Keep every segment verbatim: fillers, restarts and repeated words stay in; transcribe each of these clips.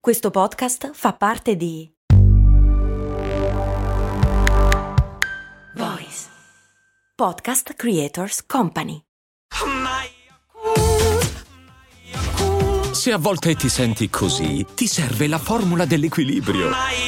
Questo podcast fa parte di Voice Podcast Creators Company. Se a volte ti senti così, ti serve la formula dell'equilibrio.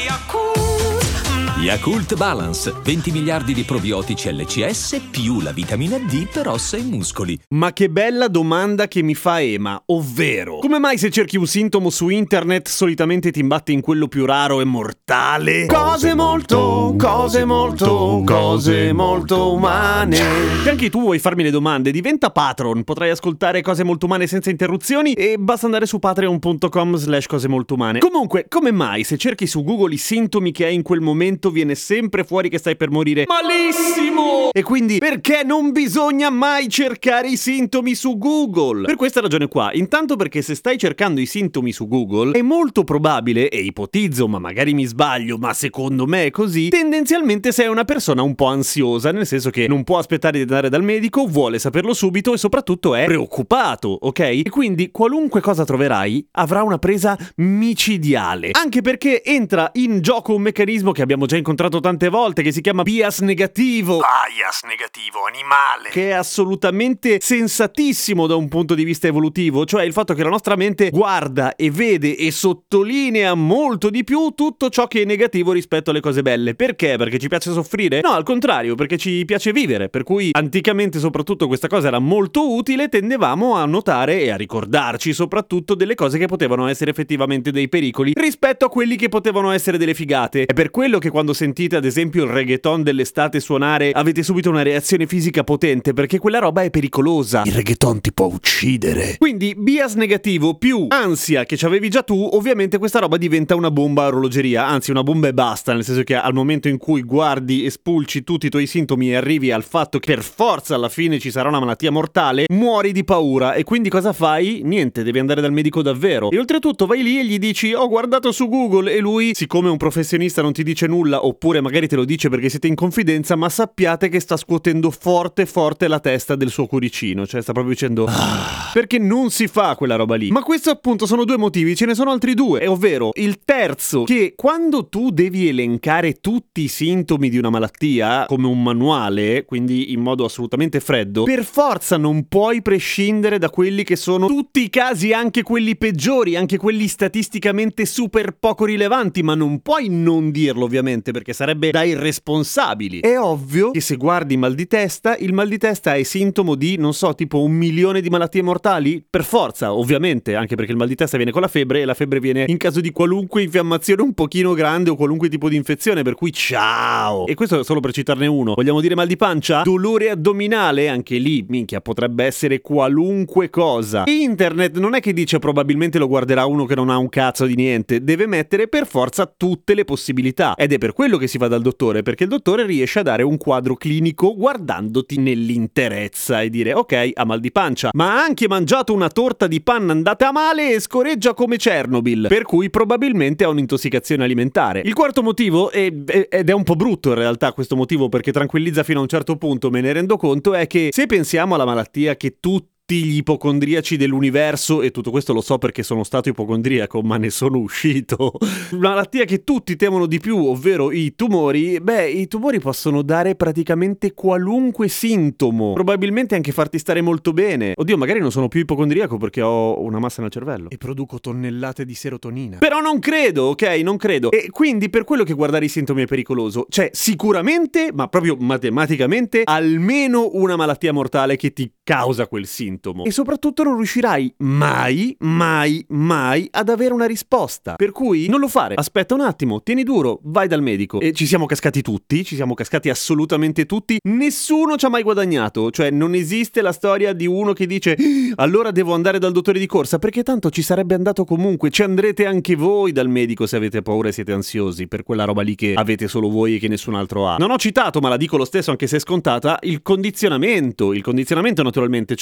Yakult Balance, venti miliardi di probiotici L C S più la vitamina D per ossa e muscoli. Ma che bella domanda che mi fa Ema, ovvero: come mai se cerchi un sintomo su internet solitamente ti imbatti in quello più raro e mortale? Cose molto, cose molto, cose molto umane. Se anche tu vuoi farmi le domande, diventa patron, potrai ascoltare Cose Molto Umane senza interruzioni e basta andare su patreon punto com slash cose molto umane. Comunque, come mai se cerchi su Google i sintomi che hai in quel momento viene sempre fuori che stai per morire malissimo? E quindi perché non bisogna mai cercare i sintomi su Google? Per questa ragione qua. Intanto perché se stai cercando i sintomi su Google è molto probabile, e ipotizzo ma magari mi sbaglio, ma secondo me è così, tendenzialmente sei una persona un po' ansiosa, nel senso che non può aspettare di andare dal medico, vuole saperlo subito e soprattutto è preoccupato, ok? E quindi qualunque cosa troverai avrà una presa micidiale, anche perché entra in gioco un meccanismo che abbiamo già incontrato tante volte, che si chiama bias negativo. Bias negativo, animale. Che è assolutamente sensatissimo da un punto di vista evolutivo, cioè il fatto che la nostra mente guarda e vede e sottolinea molto di più tutto ciò che è negativo rispetto alle cose belle. Perché? Perché ci piace soffrire? No, al contrario, perché ci piace vivere, per cui anticamente soprattutto questa cosa era molto utile, tendevamo a notare e a ricordarci soprattutto delle cose che potevano essere effettivamente dei pericoli rispetto a quelli che potevano essere delle figate. È per quello che quando sentite ad esempio il reggaeton dell'estate suonare avete subito una reazione fisica potente, perché quella roba è pericolosa. Il reggaeton ti può uccidere. Quindi bias negativo più ansia che c'avevi già tu, ovviamente questa roba diventa una bomba a orologeria, anzi una bomba e basta, nel senso che al momento in cui guardi e spulci tutti i tuoi sintomi e arrivi al fatto che per forza alla fine ci sarà una malattia mortale, muori di paura. E quindi cosa fai? Niente, devi andare dal medico davvero. E oltretutto vai lì e gli dici: ho guardato su Google, e lui, siccome un professionista non ti dice nulla, oppure magari te lo dice perché siete in confidenza, ma sappiate che sta scuotendo forte forte la testa del suo cuoricino, cioè sta proprio dicendo ah, perché non si fa quella roba lì. Ma questo appunto sono due motivi, ce ne sono altri due, ovvero il terzo, che quando tu devi elencare tutti i sintomi di una malattia come un manuale, quindi in modo assolutamente freddo, per forza non puoi prescindere da quelli che sono tutti i casi, anche quelli peggiori, anche quelli statisticamente super poco rilevanti, ma non puoi non dirlo ovviamente, perché sarebbe da irresponsabili. È ovvio che se guardi mal di testa, il mal di testa è sintomo di, non so, tipo un milione di malattie mortali? Per forza, ovviamente, anche perché il mal di testa viene con la febbre, e la febbre viene in caso di qualunque infiammazione un pochino grande o qualunque tipo di infezione, per cui ciao! E questo è solo per citarne uno. Vogliamo dire mal di pancia? Dolore addominale? Anche lì, minchia, potrebbe essere qualunque cosa. Internet non è che dice probabilmente lo guarderà uno che non ha un cazzo di niente, deve mettere per forza tutte le possibilità. Ed è per quello che si va dal dottore, perché il dottore riesce a dare un quadro clinico guardandoti nell'interezza e dire: ok, ha mal di pancia, ma ha anche mangiato una torta di panna andata a male e scoreggia come Chernobyl, per cui probabilmente ha un'intossicazione alimentare. Il quarto motivo, è, è, ed è un po' brutto in realtà questo motivo, perché tranquillizza fino a un certo punto, me ne rendo conto, è che se pensiamo alla malattia che tutti gli ipocondriaci dell'universo, e tutto questo lo so perché sono stato ipocondriaco ma ne sono uscito, una malattia che tutti temono di più, ovvero i tumori, beh, i tumori possono dare praticamente qualunque sintomo, probabilmente anche farti stare molto bene. Oddio, magari non sono più ipocondriaco perché ho una massa nel cervello e produco tonnellate di serotonina, però non credo, ok? Non credo. E quindi per quello che guardare i sintomi è pericoloso. C'è sicuramente, ma proprio matematicamente, almeno una malattia mortale che ti causa quel sintomo. E soprattutto non riuscirai mai, mai, mai ad avere una risposta. Per cui non lo fare. Aspetta un attimo, tieni duro, vai dal medico. E ci siamo cascati tutti, ci siamo cascati assolutamente tutti. Nessuno ci ha mai guadagnato. Cioè non esiste la storia di uno che dice allora devo andare dal dottore di corsa, perché tanto ci sarebbe andato comunque. Ci andrete anche voi dal medico se avete paura e siete ansiosi per quella roba lì che avete solo voi e che nessun altro ha. Non ho citato, ma la dico lo stesso anche se è scontata, il condizionamento. Il condizionamento naturalmente, cioè nel momento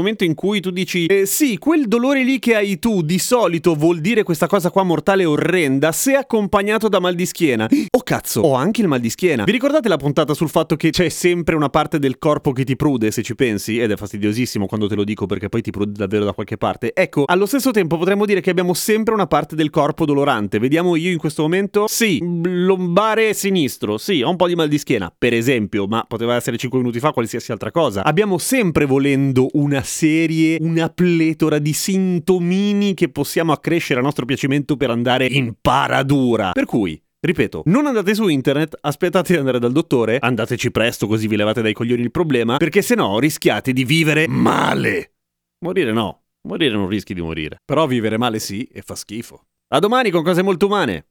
momento in cui tu dici eh, sì, quel dolore lì che hai tu di solito vuol dire questa cosa qua mortale e orrenda se accompagnato da mal di schiena. Oh cazzo, ho anche il mal di schiena. Vi ricordate la puntata sul fatto che c'è sempre una parte del corpo che ti prude, se ci pensi? Ed è fastidiosissimo quando te lo dico perché poi ti prude davvero da qualche parte. Ecco, allo stesso tempo potremmo dire che abbiamo sempre una parte del corpo dolorante. Vediamo io in questo momento. Sì, lombare sinistro. Sì, ho un po' di mal di schiena, per esempio, ma poteva essere cinque minuti fa qualsiasi altra cosa. Abbiamo sempre, volendo, una serie, una pletora di sintomini che possiamo accrescere a nostro piacimento per andare in paradura. Per cui, ripeto, non andate su internet, aspettate di andare dal dottore, andateci presto così vi levate dai coglioni il problema, perché sennò rischiate di vivere male. Morire no, morire non rischi di morire, però vivere male sì e fa schifo. A domani con cose molto umane.